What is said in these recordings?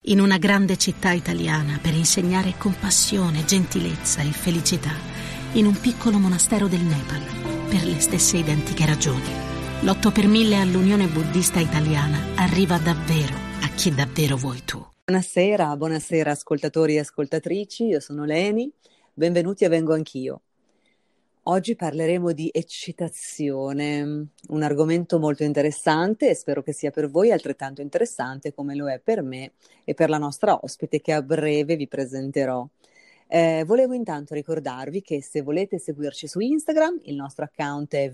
in una grande città italiana per insegnare compassione, gentilezza e felicità, in un piccolo monastero del Nepal, per le stesse identiche ragioni. L'8 per 1000 all'Unione Buddista Italiana arriva davvero a chi davvero vuoi tu. Buonasera ascoltatori e ascoltatrici, io sono Leni, benvenuti a Vengo Anch'io. Oggi parleremo di eccitazione, un argomento molto interessante e spero che sia per voi altrettanto interessante come lo è per me e per la nostra ospite che a breve vi presenterò. Volevo intanto ricordarvi che se volete seguirci su Instagram, il nostro account è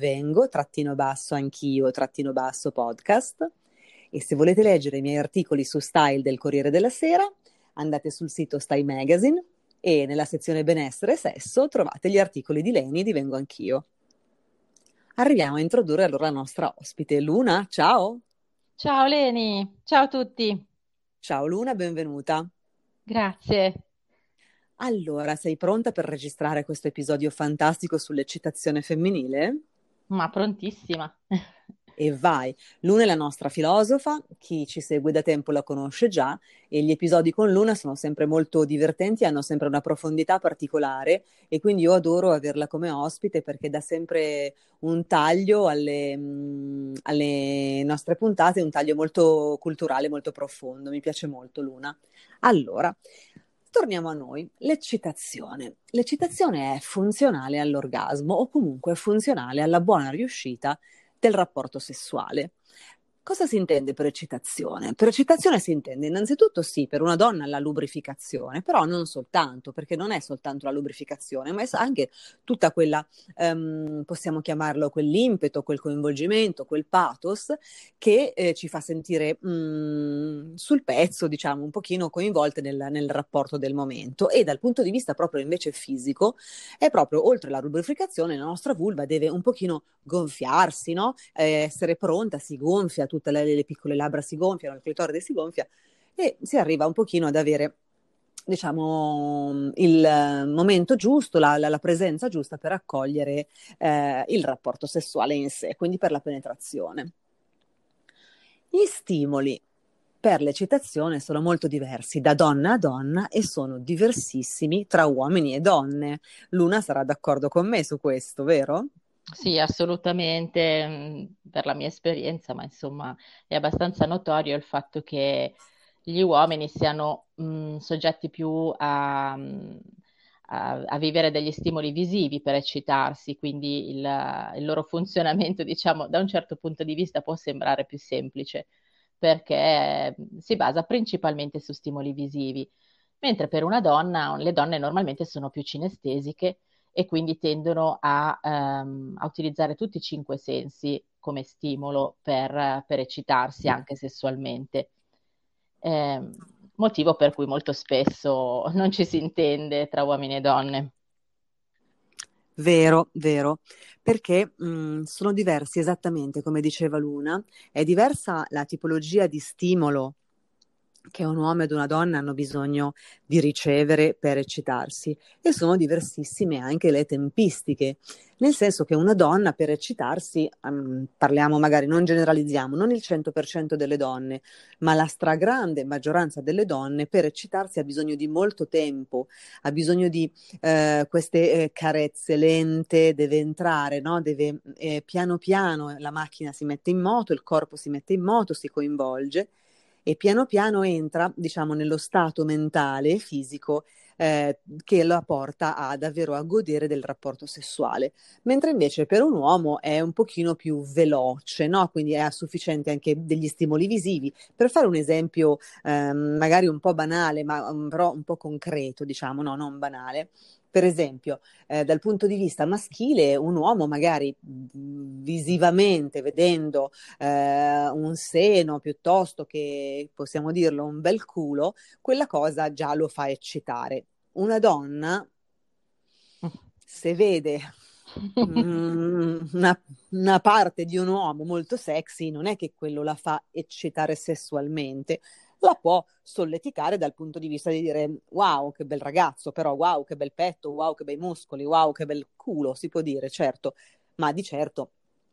vengo-anch'io-podcast, e se volete leggere i miei articoli su style del Corriere della Sera, andate sul sito Style Magazine e nella sezione benessere e sesso trovate gli articoli di Leni e di Vengo Anch'io. Arriviamo a introdurre allora la nostra ospite. Luna, ciao! Ciao Leni, ciao a tutti. Ciao Luna, benvenuta. Grazie. Allora, sei pronta per registrare questo episodio fantastico sull'eccitazione femminile? Ma prontissima. E vai, Luna è la nostra filosofa, chi ci segue da tempo la conosce già e gli episodi con Luna sono sempre molto divertenti, hanno sempre una profondità particolare e quindi io adoro averla come ospite perché dà sempre un taglio alle nostre puntate, un taglio molto culturale, molto profondo, mi piace molto Luna. Allora, torniamo a noi, l'eccitazione. L'eccitazione è funzionale all'orgasmo o comunque è funzionale alla buona riuscita del rapporto sessuale. Cosa si intende per eccitazione? Per eccitazione si intende innanzitutto sì, per una donna la lubrificazione, però non soltanto, perché non è soltanto la lubrificazione, ma è anche tutta quella, possiamo chiamarlo quell'impeto, quel coinvolgimento, quel pathos che ci fa sentire sul pezzo, diciamo, un pochino coinvolte nel rapporto del momento. E dal punto di vista proprio invece fisico, è proprio oltre la lubrificazione, la nostra vulva deve un pochino gonfiarsi, no? Essere pronta, si gonfia, tutte le piccole labbra si gonfiano, il clitoride si gonfia e si arriva un pochino ad avere, diciamo, il momento giusto, la presenza giusta per accogliere il rapporto sessuale in sé, quindi per la penetrazione. Gli stimoli per l'eccitazione sono molto diversi da donna a donna e sono diversissimi tra uomini e donne. Luna sarà d'accordo con me su questo, vero? Sì, assolutamente, per la mia esperienza, ma insomma è abbastanza notorio il fatto che gli uomini siano soggetti più a vivere degli stimoli visivi per eccitarsi, quindi il loro funzionamento, diciamo, da un certo punto di vista può sembrare più semplice, perché si basa principalmente su stimoli visivi, mentre per una donna, le donne normalmente sono più cinestesiche e quindi tendono a utilizzare tutti i cinque sensi come stimolo per eccitarsi anche sessualmente. Motivo per cui molto spesso non ci si intende tra uomini e donne. Vero, vero, perché sono diversi esattamente come diceva Luna, è diversa la tipologia di stimolo che un uomo ed una donna hanno bisogno di ricevere per eccitarsi e sono diversissime anche le tempistiche, nel senso che una donna per eccitarsi, parliamo magari, non generalizziamo, non il 100% delle donne, ma la stragrande maggioranza delle donne per eccitarsi ha bisogno di molto tempo, ha bisogno di queste carezze lente, deve entrare, no? Deve piano piano la macchina si mette in moto, il corpo si mette in moto, si coinvolge e piano piano entra, diciamo, nello stato mentale e fisico che la porta a davvero a godere del rapporto sessuale, mentre invece per un uomo è un pochino più veloce, no? Quindi è sufficiente anche degli stimoli visivi. Per fare un esempio magari un po' banale, ma però un po' concreto, diciamo, no, non banale. Per esempio, dal punto di vista maschile, un uomo magari visivamente vedendo un seno piuttosto che, possiamo dirlo, un bel culo, quella cosa già lo fa eccitare. Una donna, se vede una parte di un uomo molto sexy, non è che quello la fa eccitare sessualmente, la può solleticare dal punto di vista di dire wow che bel ragazzo, però wow che bel petto, wow che bei muscoli, wow che bel culo, si può dire, certo, ma di certo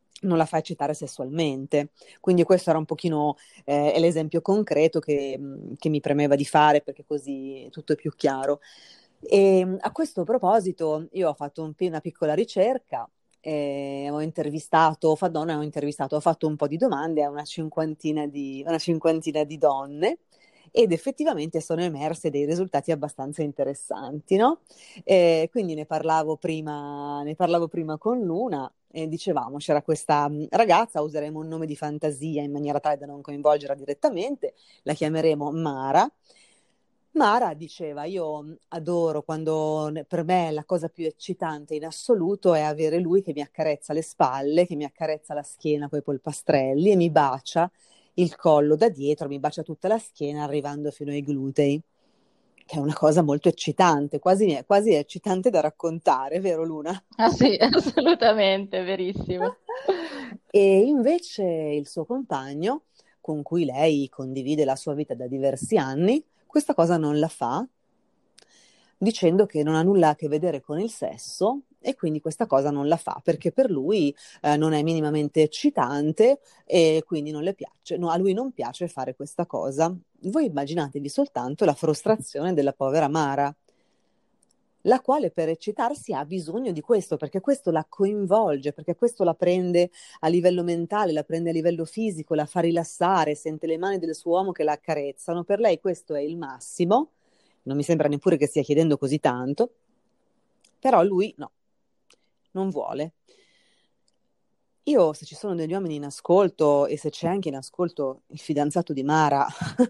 non la fa eccitare sessualmente. Quindi questo era un pochino è l'esempio concreto che mi premeva di fare perché così tutto è più chiaro. E a questo proposito io ho fatto una piccola ricerca, ho intervistato, no, ho intervistato, ho fatto un po' di domande a una cinquantina di donne ed effettivamente sono emerse dei risultati abbastanza interessanti, no? Quindi ne parlavo prima con Luna e dicevamo, c'era questa ragazza, useremo un nome di fantasia in maniera tale da non coinvolgerla direttamente, la chiameremo Mara. Mara diceva, io adoro quando per me la cosa più eccitante in assoluto è avere lui che mi accarezza le spalle, che mi accarezza la schiena con i polpastrelli e mi bacia il collo da dietro, mi bacia tutta la schiena arrivando fino ai glutei, che è una cosa molto eccitante, quasi eccitante da raccontare, vero Luna? Ah sì, assolutamente, verissimo. E invece il suo compagno, con cui lei condivide la sua vita da diversi anni, questa cosa non la fa, dicendo che non ha nulla a che vedere con il sesso e quindi questa cosa non la fa perché per lui non è minimamente eccitante e quindi non le piace, no, a lui non piace fare questa cosa. Voi immaginatevi soltanto la frustrazione della povera Mara, la quale per eccitarsi ha bisogno di questo, perché questo la coinvolge, perché questo la prende a livello mentale, la prende a livello fisico, la fa rilassare, sente le mani del suo uomo che la accarezzano. Per lei questo è il massimo, non mi sembra neppure che stia chiedendo così tanto, però lui no, non vuole. Io, se ci sono degli uomini in ascolto e se c'è anche in ascolto il fidanzato di Mara,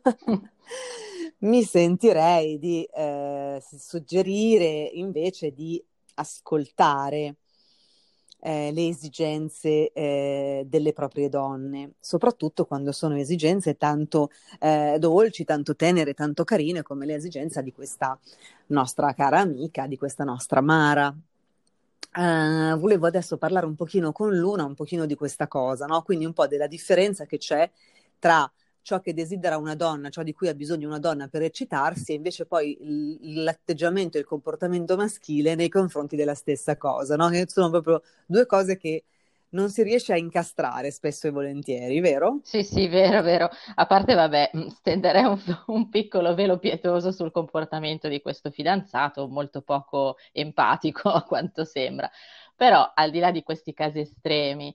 mi sentirei di suggerire invece di ascoltare le esigenze delle proprie donne, soprattutto quando sono esigenze tanto dolci, tanto tenere, tanto carine come le esigenze di questa nostra cara amica, di questa nostra Mara. Volevo adesso parlare un pochino con Luna, un pochino di questa cosa, no? Quindi un po' della differenza che c'è tra ciò che desidera una donna, ciò di cui ha bisogno una donna per eccitarsi, e invece poi l'atteggiamento e il comportamento maschile nei confronti della stessa cosa, no? Che sono proprio due cose che non si riesce a incastrare spesso e volentieri, vero? Sì, sì, vero, vero. A parte, vabbè, stenderei un piccolo velo pietoso sul comportamento di questo fidanzato, molto poco empatico a quanto sembra. Però, al di là di questi casi estremi,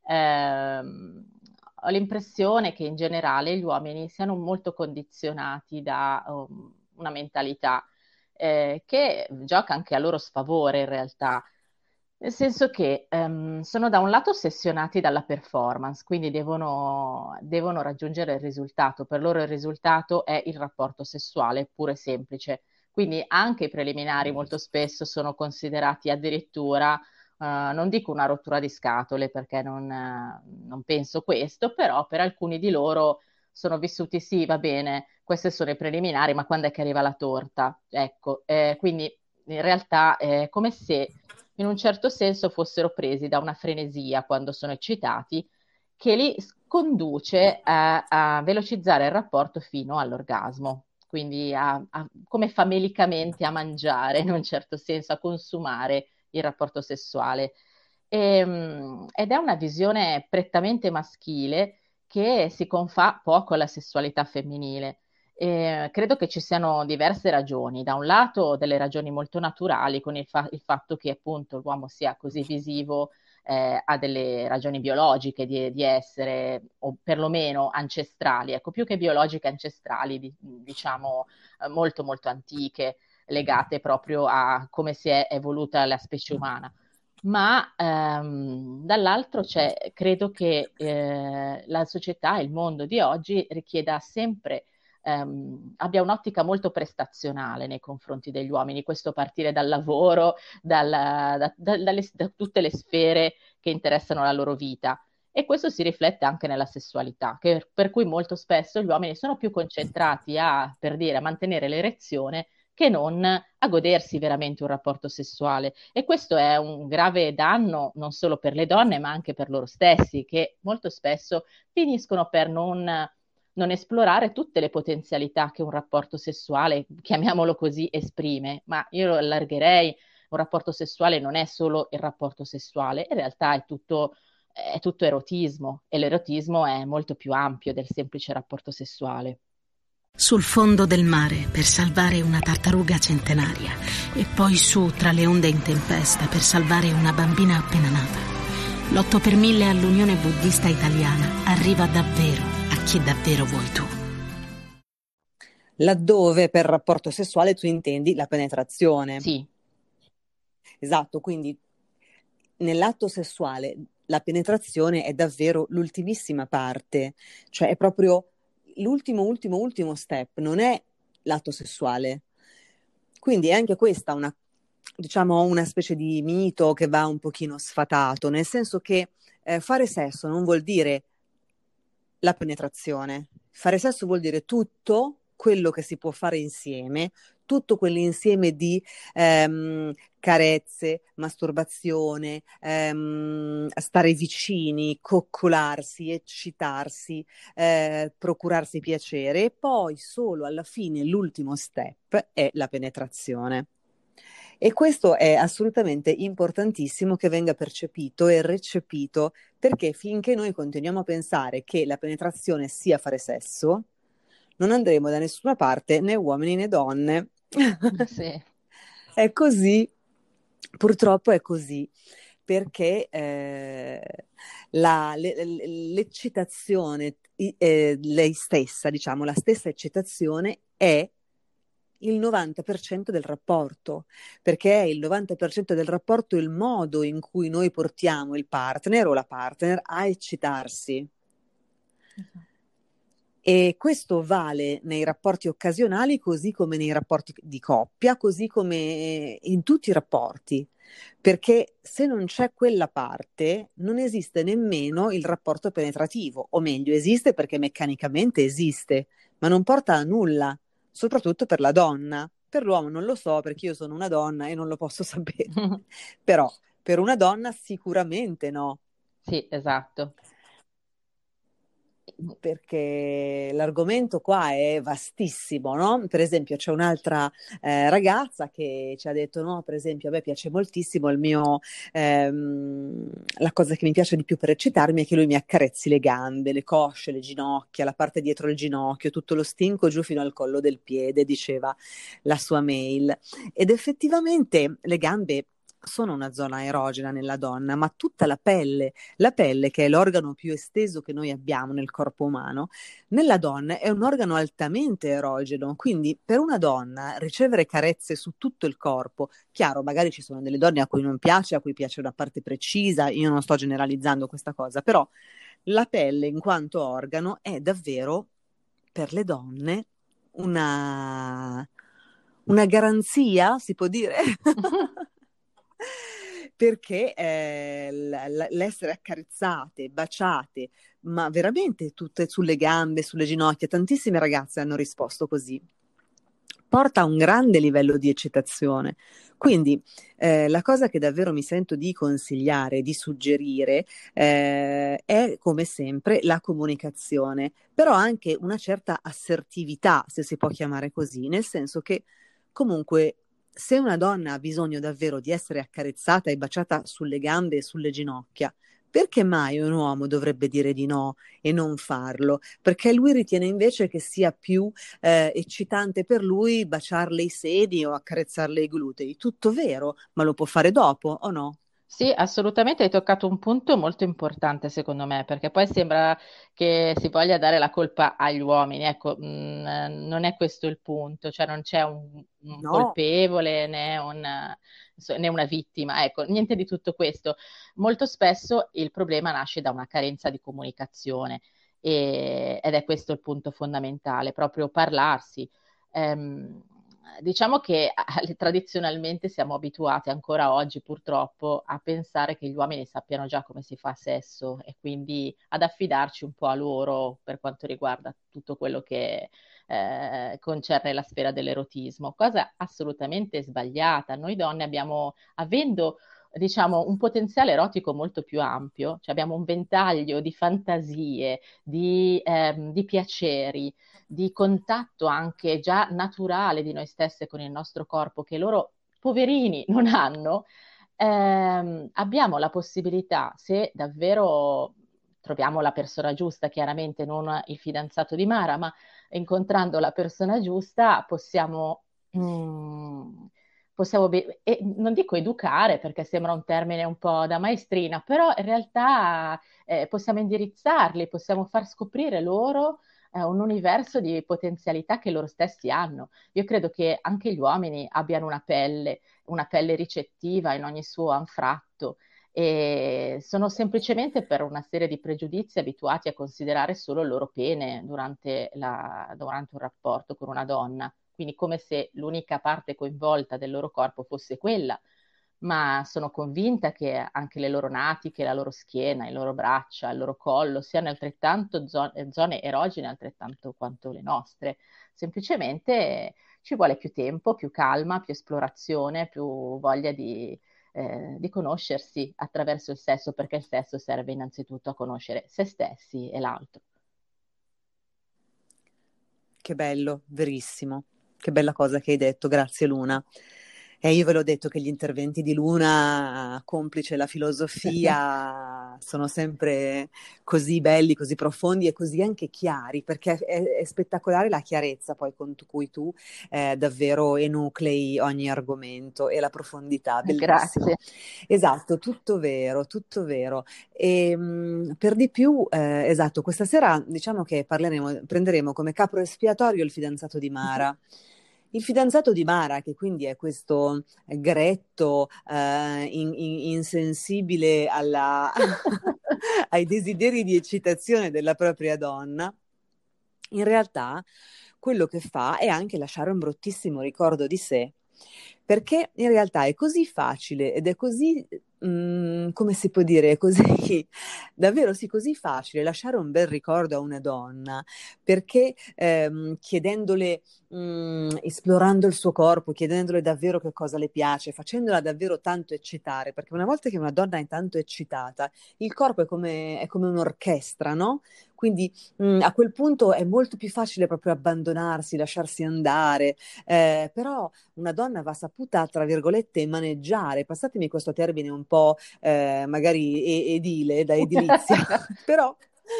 ho l'impressione che in generale gli uomini siano molto condizionati da una mentalità che gioca anche a loro sfavore in realtà. Nel senso che sono da un lato ossessionati dalla performance, quindi devono raggiungere il risultato. Per loro il risultato è il rapporto sessuale puro e semplice. Quindi anche i preliminari molto spesso sono considerati addirittura, non dico una rottura di scatole perché non penso questo, però per alcuni di loro sono vissuti sì, va bene, questi sono i preliminari, ma quando è che arriva la torta? Ecco, quindi in realtà è come se in un certo senso fossero presi da una frenesia quando sono eccitati che li conduce a velocizzare il rapporto fino all'orgasmo, quindi come famelicamente a mangiare, in un certo senso, a consumare il rapporto sessuale. Ed è una visione prettamente maschile che si confà poco alla sessualità femminile. Credo che ci siano diverse ragioni. Da un lato, delle ragioni molto naturali, con il fatto che appunto l'uomo sia così visivo, ha delle ragioni biologiche di essere, o perlomeno ancestrali, ecco, più che biologiche, ancestrali, diciamo, molto molto antiche, legate proprio a come si è evoluta la specie umana. Ma dall'altro credo che la società, il mondo di oggi richieda sempre abbia un'ottica molto prestazionale nei confronti degli uomini, questo a partire dal lavoro, da tutte le sfere che interessano la loro vita. E questo si riflette anche nella sessualità, per cui molto spesso gli uomini sono più concentrati per dire, a mantenere l'erezione che non a godersi veramente un rapporto sessuale. E questo è un grave danno non solo per le donne, ma anche per loro stessi, che molto spesso finiscono per non esplorare tutte le potenzialità che un rapporto sessuale, chiamiamolo così, esprime. Ma io lo allargherei, un rapporto sessuale non è solo il rapporto sessuale, in realtà è tutto è tutto erotismo e l'erotismo è molto più ampio del semplice rapporto sessuale. Sul fondo del mare per salvare una tartaruga centenaria e poi su tra le onde in tempesta per salvare una bambina appena nata. L'8 per 1000 all'Unione Buddista Italiana arriva davvero a chi davvero vuoi tu. Laddove per rapporto sessuale tu intendi la penetrazione. Sì. Esatto, quindi nell'atto sessuale la penetrazione è davvero l'ultimissima parte, cioè è proprio ultimo step, non è l'atto sessuale. Quindi è anche questa una specie di mito che va un pochino sfatato, nel senso che fare sesso non vuol dire la penetrazione. Fare sesso vuol dire tutto quello che si può fare insieme, tutto quell'insieme di carezze, masturbazione, stare vicini, coccolarsi, eccitarsi, procurarsi piacere, e poi solo alla fine l'ultimo step è la penetrazione. E questo è assolutamente importantissimo che venga percepito e recepito, perché finché noi continuiamo a pensare che la penetrazione sia fare sesso, non andremo da nessuna parte, né uomini né donne. Sì. È così, purtroppo è così, perché l'eccitazione, lei stessa, diciamo, la stessa eccitazione è il 90% del rapporto, perché è il 90% del rapporto il modo in cui noi portiamo il partner o la partner a eccitarsi. Esatto. E questo vale nei rapporti occasionali, così come nei rapporti di coppia, così come in tutti i rapporti, perché se non c'è quella parte non esiste nemmeno il rapporto penetrativo, o meglio, esiste perché meccanicamente esiste, ma non porta a nulla, soprattutto per la donna. Per l'uomo non lo so, perché io sono una donna e non lo posso sapere, però per una donna sicuramente no. Sì, esatto. Perché l'argomento qua è vastissimo, no? Per esempio c'è un'altra ragazza che ci ha detto, no, per esempio a me piace moltissimo la cosa che mi piace di più per eccitarmi è che lui mi accarezzi le gambe, le cosce, le ginocchia, la parte dietro del ginocchio, tutto lo stinco giù fino al collo del piede, diceva la sua mail. Ed effettivamente le gambe sono una zona erogena nella donna, ma tutta la pelle che è l'organo più esteso che noi abbiamo nel corpo umano, nella donna è un organo altamente erogeno, quindi per una donna ricevere carezze su tutto il corpo, chiaro, magari ci sono delle donne a cui non piace, a cui piace una parte precisa, io non sto generalizzando questa cosa, però la pelle in quanto organo è davvero per le donne una garanzia, si può dire? Perché l'essere accarezzate, baciate, ma veramente tutte sulle gambe, sulle ginocchia, tantissime ragazze hanno risposto così, porta a un grande livello di eccitazione. Quindi la cosa che davvero mi sento di consigliare, di suggerire, è come sempre la comunicazione, però anche una certa assertività, se si può chiamare così, nel senso che comunque se una donna ha bisogno davvero di essere accarezzata e baciata sulle gambe e sulle ginocchia, perché mai un uomo dovrebbe dire di no e non farlo? Perché lui ritiene invece che sia più eccitante per lui baciarle i sedi o accarezzarle i glutei. Tutto vero, ma lo può fare dopo o no? Sì, assolutamente hai toccato un punto molto importante secondo me, perché poi sembra che si voglia dare la colpa agli uomini. Ecco, non è questo il punto, cioè non c'è un No. colpevole né una vittima, ecco, niente di tutto questo. Molto spesso il problema nasce da una carenza di comunicazione ed è questo il punto fondamentale, proprio parlarsi. Ehm, diciamo che tradizionalmente siamo abituati ancora oggi purtroppo a pensare che gli uomini sappiano già come si fa sesso e quindi ad affidarci un po' a loro per quanto riguarda tutto quello che concerne la sfera dell'erotismo, cosa assolutamente sbagliata. Noi donne abbiamo, avendo diciamo un potenziale erotico molto più ampio, cioè abbiamo un ventaglio di fantasie, di piaceri, di contatto anche già naturale di noi stesse con il nostro corpo che loro, poverini, non hanno. abbiamo la possibilità, se davvero troviamo la persona giusta, chiaramente non il fidanzato di Mara, ma incontrando la persona giusta mm, e non dico educare perché sembra un termine un po' da maestrina, però in realtà possiamo indirizzarli, possiamo far scoprire loro un universo di potenzialità che loro stessi hanno. Io credo che anche gli uomini abbiano una pelle ricettiva in ogni suo anfratto e sono semplicemente per una serie di pregiudizi abituati a considerare solo il loro pene durante un rapporto con una donna, quindi come se l'unica parte coinvolta del loro corpo fosse quella, ma sono convinta che anche le loro natiche, la loro schiena, le loro braccia, il loro collo siano altrettanto zone erogene altrettanto quanto le nostre. Semplicemente ci vuole più tempo, più calma, più esplorazione, più voglia di conoscersi attraverso il sesso, perché il sesso serve innanzitutto a conoscere se stessi e l'altro. Che bello, verissimo. Che bella cosa che hai detto, grazie Luna. E io ve l'ho detto che gli interventi di Luna, complice la filosofia, sono sempre così belli, così profondi e così anche chiari, perché è spettacolare la chiarezza poi con cui tu davvero enuclei ogni argomento e la profondità, bellissimo. Grazie. Esatto, tutto vero, tutto vero. E, per di più, esatto, questa sera diciamo che prenderemo come capro espiatorio il fidanzato di Mara. Il fidanzato di Mara, che quindi è questo gretto, insensibile ai desideri di eccitazione della propria donna, in realtà quello che fa è anche lasciare un bruttissimo ricordo di sé, perché in realtà è così facile ed è così, come si può dire, è così, davvero sì, così facile lasciare un bel ricordo a una donna, perché chiedendole, esplorando il suo corpo, chiedendole davvero che cosa le piace, facendola davvero tanto eccitare, perché una volta che una donna è tanto eccitata, il corpo è come un'orchestra, no? Quindi a quel punto è molto più facile proprio abbandonarsi, lasciarsi andare, però una donna va saputa, tra virgolette, maneggiare, passatemi questo termine un po' magari edile, da edilizia, però...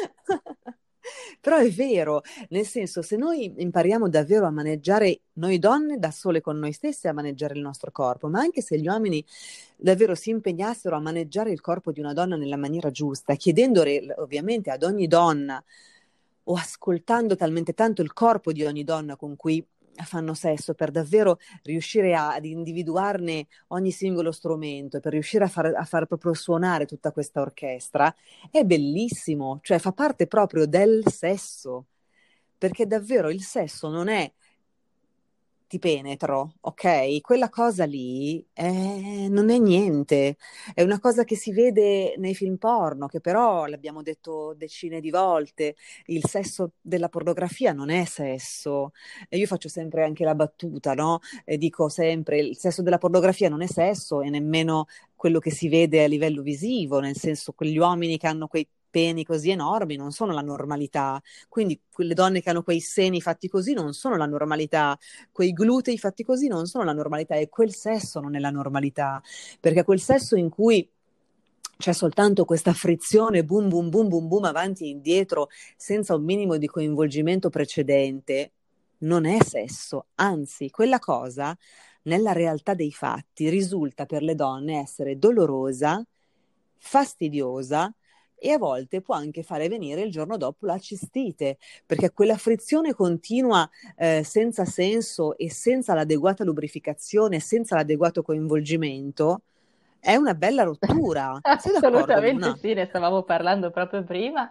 Però è vero, nel senso, se noi impariamo davvero a maneggiare noi donne da sole con noi stesse, a maneggiare il nostro corpo, ma anche se gli uomini davvero si impegnassero a maneggiare il corpo di una donna nella maniera giusta, chiedendo ovviamente ad ogni donna o ascoltando talmente tanto il corpo di ogni donna con cui fanno sesso per davvero riuscire ad individuarne ogni singolo strumento e per riuscire a far proprio suonare tutta questa orchestra, è bellissimo, cioè fa parte proprio del sesso, perché davvero il sesso non è ti penetro, ok? Quella cosa lì non è niente, è una cosa che si vede nei film porno, che però l'abbiamo detto decine di volte, il sesso della pornografia non è sesso. E io faccio sempre anche la battuta, no? E dico sempre, il sesso della pornografia non è sesso e nemmeno quello che si vede a livello visivo, nel senso quegli uomini che hanno quei peni così enormi non sono la normalità, quindi quelle donne che hanno quei seni fatti così non sono la normalità, quei glutei fatti così non sono la normalità e quel sesso non è la normalità, perché quel sesso in cui c'è soltanto questa frizione boom boom boom boom boom avanti e indietro senza un minimo di coinvolgimento precedente non è sesso, anzi quella cosa nella realtà dei fatti risulta per le donne essere dolorosa, fastidiosa e a volte può anche fare venire il giorno dopo la cistite, perché quella frizione continua senza senso e senza l'adeguata lubrificazione, senza l'adeguato coinvolgimento, è una bella rottura. Sei d'accordo, Assolutamente Luna? sì, ne stavamo parlando proprio prima,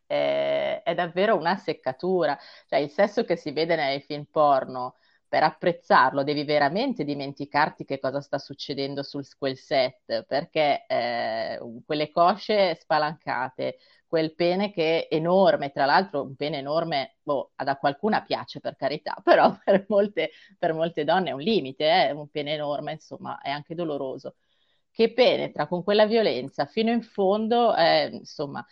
è davvero una seccatura, cioè il sesso che si vede nei film porno, per apprezzarlo devi veramente dimenticarti che cosa sta succedendo su quel set, perché quelle cosce spalancate, quel pene che è enorme, tra l'altro un pene enorme, boh, a qualcuna piace per carità, però per molte donne è un limite, un pene enorme, insomma, è anche doloroso che penetra con quella violenza fino in fondo, insomma,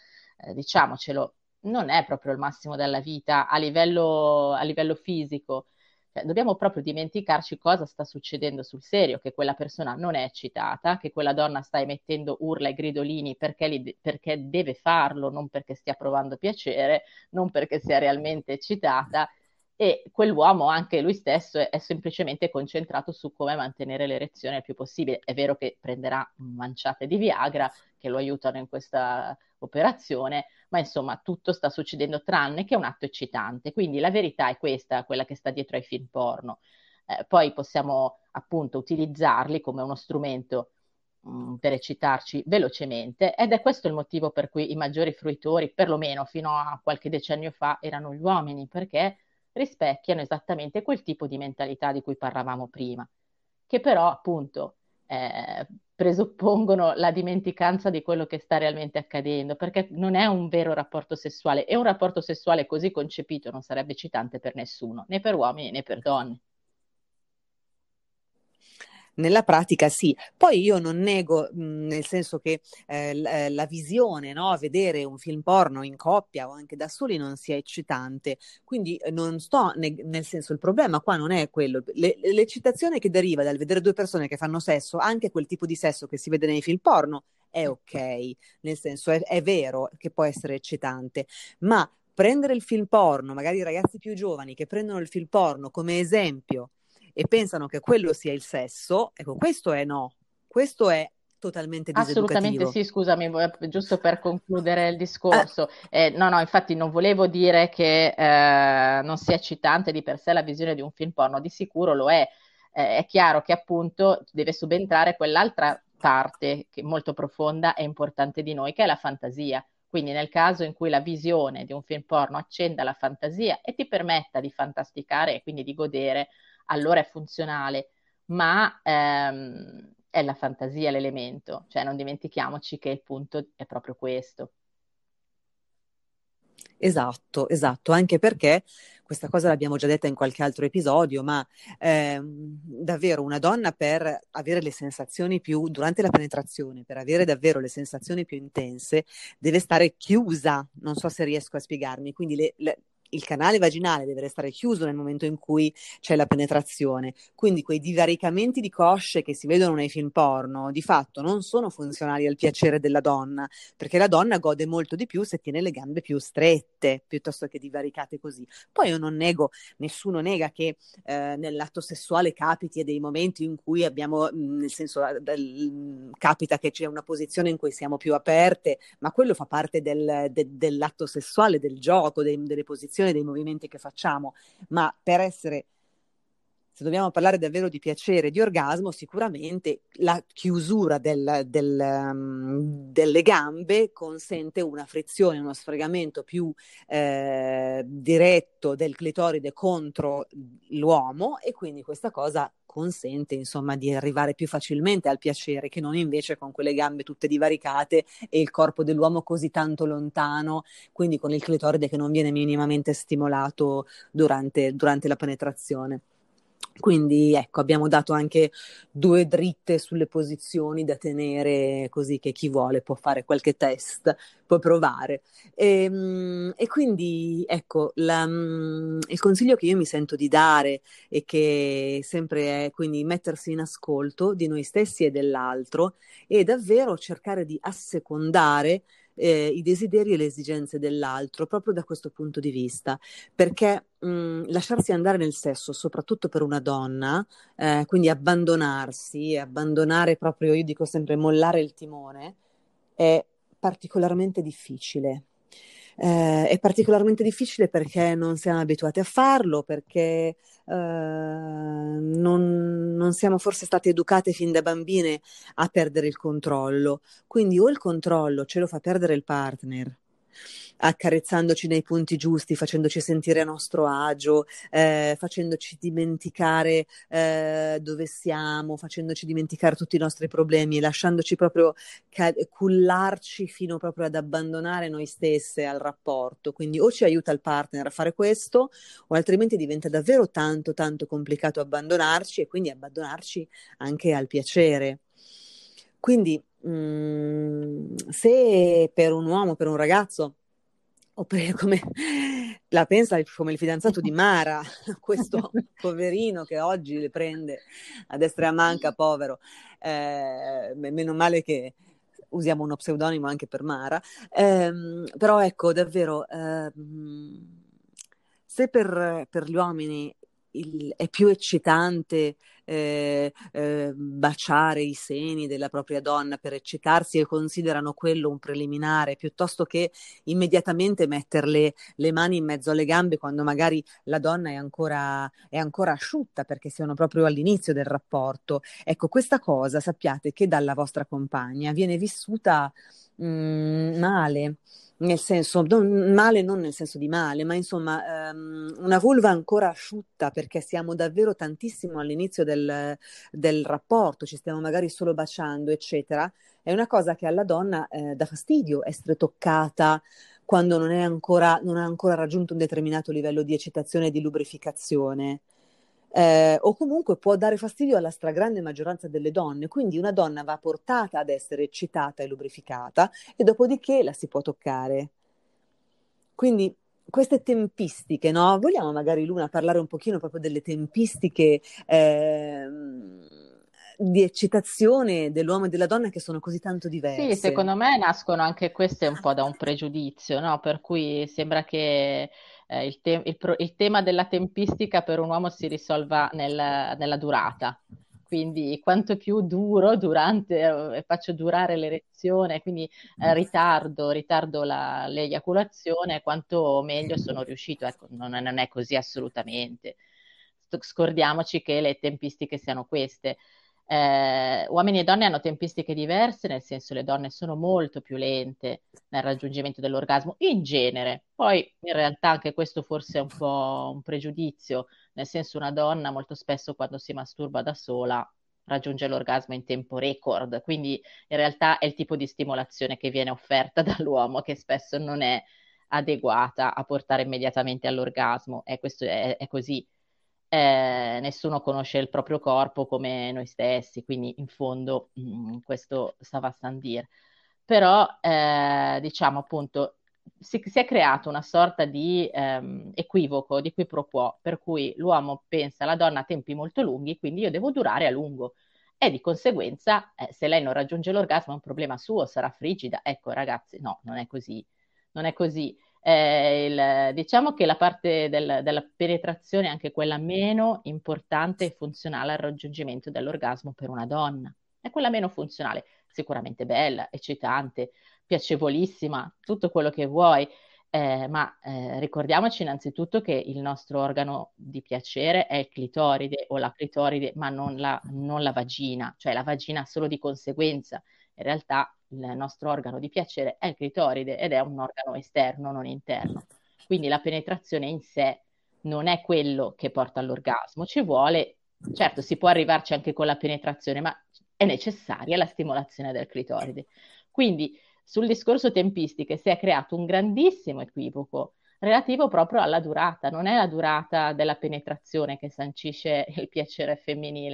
diciamocelo, non è proprio il massimo della vita a livello fisico. Cioè, dobbiamo proprio dimenticarci cosa sta succedendo sul serio, che quella persona non è eccitata, che quella donna sta emettendo urla e gridolini perché deve farlo, non perché stia provando piacere, non perché sia realmente eccitata, e quell'uomo, anche lui stesso, è semplicemente concentrato su come mantenere l'erezione il più possibile. È vero che prenderà manciate di Viagra che lo aiutano in questa operazione, ma insomma tutto sta succedendo tranne che un atto eccitante. Quindi la verità è questa, quella che sta dietro ai film porno. Poi possiamo appunto utilizzarli come uno strumento per eccitarci velocemente, ed è questo il motivo per cui i maggiori fruitori, perlomeno fino a qualche decennio fa, erano gli uomini, perché rispecchiano esattamente quel tipo di mentalità di cui parlavamo prima, che però appunto presuppongono la dimenticanza di quello che sta realmente accadendo, perché non è un vero rapporto sessuale, e un rapporto sessuale così concepito non sarebbe eccitante per nessuno, né per uomini né per donne. Nella pratica sì, poi io non nego, nel senso che la visione, no? Vedere un film porno in coppia o anche da soli non sia eccitante, quindi non sto nel senso, il problema qua non è quello, l'eccitazione che deriva dal vedere due persone che fanno sesso, anche quel tipo di sesso che si vede nei film porno, è ok, nel senso è vero che può essere eccitante, ma prendere il film porno, magari i ragazzi più giovani che prendono il film porno come esempio e pensano che quello sia il sesso, ecco, questo è no, questo è totalmente Assolutamente diseducativo. sì, scusami, giusto per concludere il Eh, discorso. No, no, infatti non volevo dire che non sia eccitante di per sé la visione di un film porno, di sicuro lo è. È chiaro che appunto deve subentrare quell'altra parte che è molto profonda e importante di noi, che è la fantasia. Quindi nel caso in cui la visione di un film porno accenda la fantasia e ti permetta di fantasticare e quindi di godere, allora è funzionale, ma è la fantasia l'elemento, cioè non dimentichiamoci che il punto è proprio questo. esatto, esatto, anche perché questa cosa l'abbiamo già detta in qualche altro episodio, ma davvero una donna per avere le sensazioni più, durante la penetrazione, per avere davvero le sensazioni più intense, deve stare chiusa, non so se riesco a spiegarmi, quindi il canale vaginale deve restare chiuso nel momento in cui c'è la penetrazione, quindi quei divaricamenti di cosce che si vedono nei film porno, di fatto non sono funzionali al piacere della donna, perché la donna gode molto di più se tiene le gambe più strette piuttosto che divaricate così. Poi io non nego, nessuno nega che nell'atto sessuale capiti a dei momenti in cui abbiamo, nel senso, capita che c'è una posizione in cui siamo più aperte, ma quello fa parte dell'atto sessuale, del gioco, delle posizioni, dei movimenti che facciamo. Ma per essere, se dobbiamo parlare davvero di piacere, di orgasmo, sicuramente la chiusura delle gambe consente una frizione, uno sfregamento più diretto del clitoride contro l'uomo, e quindi questa cosa consente insomma di arrivare più facilmente al piacere, che non invece con quelle gambe tutte divaricate e il corpo dell'uomo così tanto lontano, quindi con il clitoride che non viene minimamente stimolato durante la penetrazione. Quindi ecco, abbiamo dato anche due dritte sulle posizioni da tenere, così che chi vuole può fare qualche test, può provare. E quindi ecco, il consiglio che io mi sento di dare, e che sempre è quindi mettersi in ascolto di noi stessi e dell'altro, e davvero cercare di assecondare i desideri e le esigenze dell'altro, proprio da questo punto di vista, perché lasciarsi andare nel sesso, soprattutto per una donna, quindi abbandonarsi, abbandonare proprio, io dico sempre mollare il timone, è particolarmente difficile. È particolarmente difficile perché non siamo abituati a farlo, perché non siamo forse state educate fin da bambine a perdere il controllo. Quindi o il controllo ce lo fa perdere il partner, accarezzandoci nei punti giusti, facendoci sentire a nostro agio, facendoci dimenticare dove siamo, facendoci dimenticare tutti i nostri problemi e lasciandoci proprio cullarci fino proprio ad abbandonare noi stesse al rapporto. Quindi o ci aiuta il partner a fare questo, o altrimenti diventa davvero tanto tanto complicato abbandonarci, e quindi abbandonarci anche al piacere. Quindi se per un uomo, per un ragazzo, come la pensa come il fidanzato di Mara, questo poverino che oggi le prende a destra e a manca, povero. Meno male che usiamo uno pseudonimo anche per Mara. Però ecco, davvero, se per gli uomini è più eccitante baciare i seni della propria donna per eccitarsi e considerano quello un preliminare, piuttosto che immediatamente metterle le mani in mezzo alle gambe quando magari la donna è ancora asciutta perché siamo proprio all'inizio del rapporto. Ecco, questa cosa sappiate che dalla vostra compagna viene vissuta male. Nel senso, male non nel senso di male, ma insomma, una vulva ancora asciutta perché siamo davvero tantissimo all'inizio del rapporto, ci stiamo magari solo baciando, eccetera, è una cosa che alla donna dà fastidio essere toccata quando non ha ancora raggiunto un determinato livello di eccitazione e di lubrificazione. O comunque può dare fastidio alla stragrande maggioranza delle donne, quindi una donna va portata ad essere eccitata e lubrificata e dopodiché la si può toccare. Quindi queste tempistiche, no? Vogliamo magari, Luna, parlare un pochino proprio delle tempistiche di eccitazione dell'uomo e della donna che sono così tanto Sì, diverse? secondo me nascono anche queste un po' da un pregiudizio, no? Per cui sembra che il tema della tempistica per un uomo si risolva nella durata. Quindi quanto più duro durante, faccio durare l'erezione, quindi ritardo l'eiaculazione, quanto meglio sono riuscito. Ecco, non è così assolutamente. Scordiamoci che le tempistiche siano queste. Uomini e donne hanno tempistiche diverse, nel senso le donne sono molto più lente nel raggiungimento dell'orgasmo in genere. Poi in realtà anche questo forse è un po' un pregiudizio, nel senso una donna molto spesso quando si masturba da sola raggiunge l'orgasmo in tempo record, quindi in realtà è il tipo di stimolazione che viene offerta dall'uomo che spesso non è adeguata a portare immediatamente all'orgasmo e questo è così. Nessuno conosce il proprio corpo come noi stessi, quindi in fondo questo stava a San dire. Però diciamo appunto si è creato una sorta di equivoco, di qui pro quo, per cui l'uomo pensa alla donna a tempi molto lunghi, quindi io devo durare a lungo. E di conseguenza, se lei non raggiunge l'orgasmo è un problema suo, sarà frigida. Ecco, ragazzi, no, non è così. Non è così. Diciamo che la parte della penetrazione è anche quella meno importante e funzionale al raggiungimento dell'orgasmo per una donna. È quella meno funzionale, sicuramente bella, eccitante, piacevolissima, tutto quello che vuoi, ma ricordiamoci innanzitutto che il nostro organo di piacere è il clitoride o la clitoride, ma non la vagina, cioè la vagina solo di conseguenza. In realtà il nostro organo di piacere è il clitoride ed è un organo esterno, non interno. Quindi la penetrazione in sé non è quello che porta all'orgasmo, ci vuole, certo, si può arrivarci anche con la penetrazione, ma è necessaria la stimolazione del clitoride. Quindi sul discorso tempistiche si è creato un grandissimo equivoco relativo proprio alla durata. Non è la durata della penetrazione che sancisce il piacere femminile,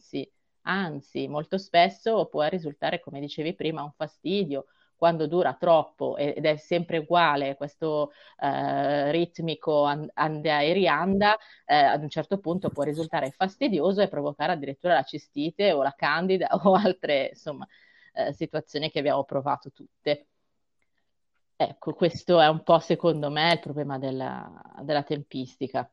anzi, molto spesso può risultare, come dicevi prima, un fastidio quando dura troppo ed è sempre uguale questo ritmico anda e rianda, ad un certo punto può risultare fastidioso e provocare addirittura la cistite o la candida o altre, insomma, situazioni che abbiamo provato tutte. Ecco, questo è un po' secondo me il problema della tempistica.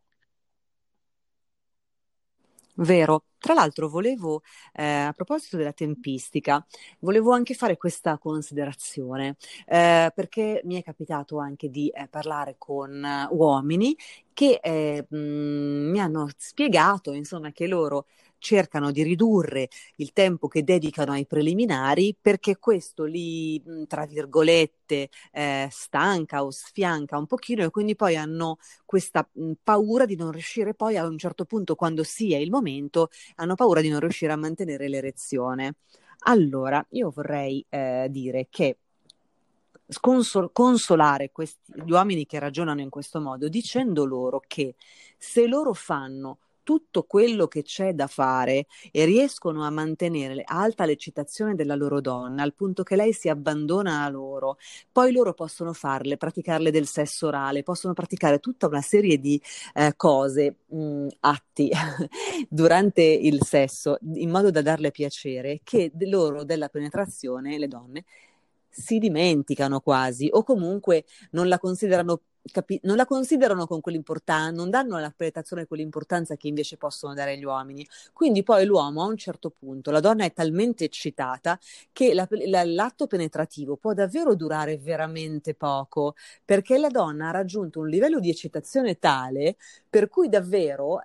Vero. Tra l'altro volevo, a proposito della tempistica, volevo anche fare questa considerazione, perché mi è capitato anche di parlare con uomini che mi hanno spiegato, insomma, che loro cercano di ridurre il tempo che dedicano ai preliminari perché questo li, tra virgolette, stanca o sfianca un pochino e quindi poi hanno questa paura di non riuscire poi a un certo punto, quando sia il momento, hanno paura di non riuscire a mantenere l'erezione. Allora, io vorrei dire che consolare gli uomini che ragionano in questo modo dicendo loro che se loro fanno tutto quello che c'è da fare e riescono a mantenere alta l'eccitazione della loro donna al punto che lei si abbandona a loro, poi loro possono praticarle del sesso orale, possono praticare tutta una serie di cose, atti durante il sesso in modo da darle piacere che loro della penetrazione, le donne, si dimenticano quasi o comunque non la considerano non la considerano con quell'importanza, non danno alla penetrazione quell'importanza che invece possono dare gli uomini. Quindi poi l'uomo a un certo punto, la donna è talmente eccitata che l'atto penetrativo può davvero durare veramente poco, perché la donna ha raggiunto un livello di eccitazione tale per cui davvero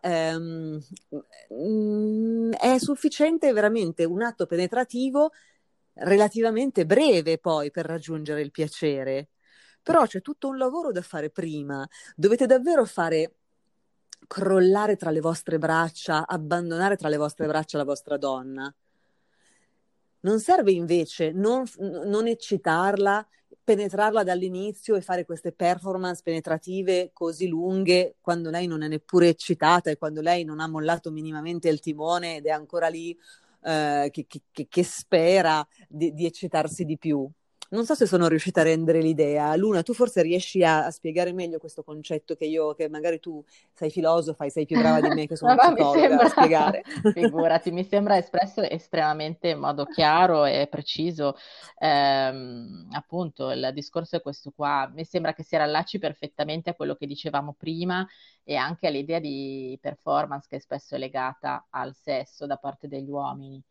è sufficiente veramente un atto penetrativo relativamente breve poi per raggiungere il piacere. Però c'è tutto un lavoro da fare prima. Dovete davvero fare crollare tra le vostre braccia, abbandonare tra le vostre braccia la vostra donna. Non serve invece non eccitarla, penetrarla dall'inizio e fare queste performance penetrative così lunghe quando lei non è neppure eccitata e quando lei non ha mollato minimamente il timone ed è ancora lì che spera di eccitarsi di più. Non so se sono riuscita a rendere l'idea. Luna, tu forse riesci a spiegare meglio questo concetto che magari tu sei filosofa e sei più brava di me che sono Ma mi psicologa a sembra, spiegare. figurati, mi sembra espresso estremamente in modo chiaro e preciso. Appunto, il discorso è questo qua. Mi sembra che si rallacci perfettamente a quello che dicevamo prima e anche all'idea di performance che spesso è legata al sesso da parte degli uomini.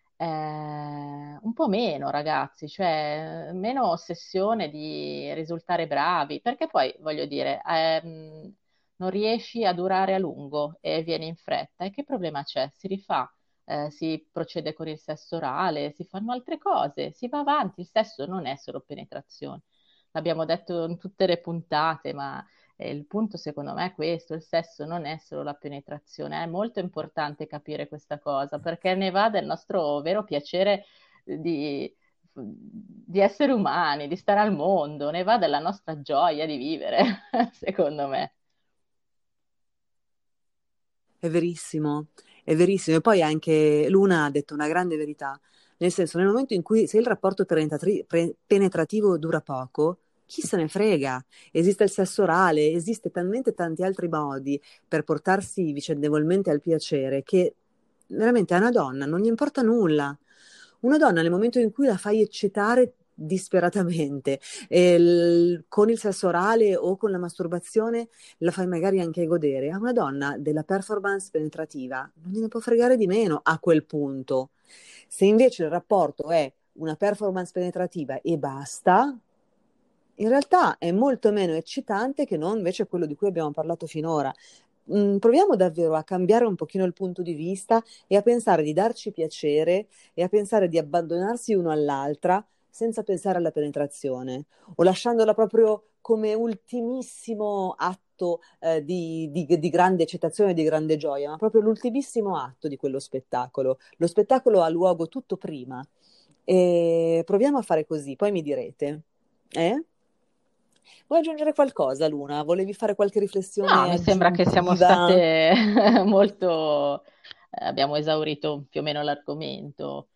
Un po' meno, ragazzi, cioè meno ossessione di risultare bravi, perché poi voglio dire, non riesci a durare a lungo e viene in fretta. E che problema c'è? Si rifà, si procede con il sesso orale, si fanno altre cose, si va avanti. Il sesso non è solo penetrazione. L'abbiamo detto in tutte le puntate, ma il punto secondo me è questo, il sesso non è solo la penetrazione, è molto importante capire questa cosa perché ne va del nostro vero piacere di essere umani, di stare al mondo, ne va della nostra gioia di vivere, secondo me. È verissimo, è verissimo. E poi anche Luna ha detto una grande verità, nel senso, nel momento in cui se il rapporto penetrativo dura poco, chi se ne frega? Esiste il sesso orale, esiste talmente tanti altri modi per portarsi vicendevolmente al piacere che veramente a una donna non gli importa nulla. Una donna nel momento in cui la fai eccitare disperatamente, con il sesso orale o con la masturbazione, la fai magari anche godere. A una donna della performance penetrativa non gliene può fregare di meno a quel punto. Se invece il rapporto è una performance penetrativa e basta, in realtà è molto meno eccitante che non invece quello di cui abbiamo parlato finora. Proviamo davvero a cambiare un pochino il punto di vista e a pensare di darci piacere e a pensare di abbandonarsi uno all'altra senza pensare alla penetrazione o lasciandola proprio come ultimissimo atto di grande eccitazione e di grande gioia, ma proprio l'ultimissimo atto di quello spettacolo. Lo spettacolo ha luogo tutto prima e proviamo a fare così, poi mi direte. Eh? Vuoi aggiungere qualcosa, Luna? Volevi fare qualche No, riflessione mi sembra che siamo aggiuntiva? state molto, abbiamo esaurito più o meno l'argomento.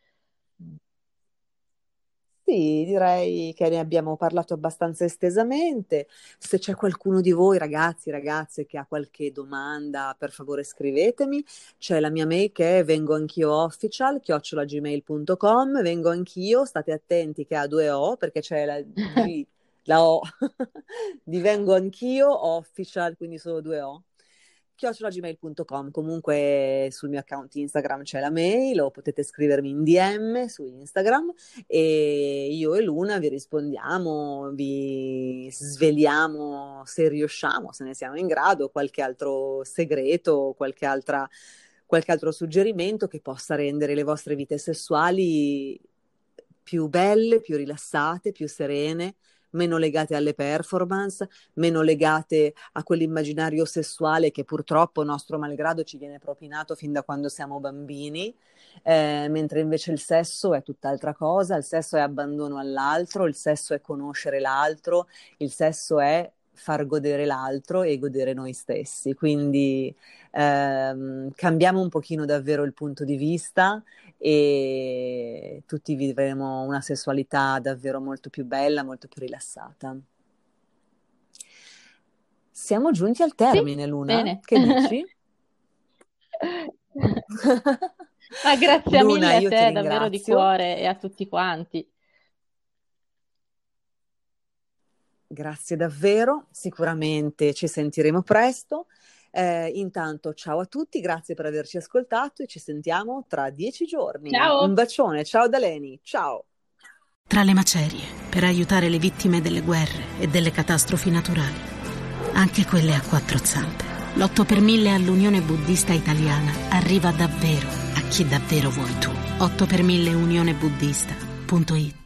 Sì, direi che ne abbiamo parlato abbastanza estesamente. Se c'è qualcuno di voi, ragazzi, ragazze, che ha qualche domanda, per favore scrivetemi. C'è la mia mail che è vengoanchioofficial@gmail.com. Vengo anch'io, state attenti che ha due O perché c'è la G, la O di vengo anch'io official, quindi solo due O. @gmail.com. Comunque sul mio account Instagram c'è la mail o potete scrivermi in DM su Instagram e io e Luna vi rispondiamo, vi sveliamo se riusciamo, se ne siamo in grado, qualche altro segreto, qualche altro suggerimento che possa rendere le vostre vite sessuali più belle, più rilassate, più serene, meno legate alle performance, meno legate a quell'immaginario sessuale che purtroppo, nostro malgrado, ci viene propinato fin da quando siamo bambini, mentre invece il sesso è tutt'altra cosa, il sesso è abbandono all'altro, il sesso è conoscere l'altro, il sesso è far godere l'altro e godere noi stessi. Quindi cambiamo un pochino davvero il punto di vista e tutti vivremo una sessualità davvero molto più bella, molto più rilassata. Siamo giunti al termine, Sì, Luna, bene. che dici? Ma grazie Luna, mille a io ti te, davvero di ringrazio. cuore, e a tutti quanti. Grazie davvero, sicuramente ci sentiremo presto. Intanto ciao a tutti, grazie per averci ascoltato e ci sentiamo tra 10 giorni. Ciao! Un bacione, ciao da Leni, ciao! Tra le macerie, per aiutare le vittime delle guerre e delle catastrofi naturali, anche quelle a quattro zampe, l'8 per 1000 all'Unione Buddista Italiana arriva davvero a chi davvero vuoi tu. 8 per 1000 unionebuddista.it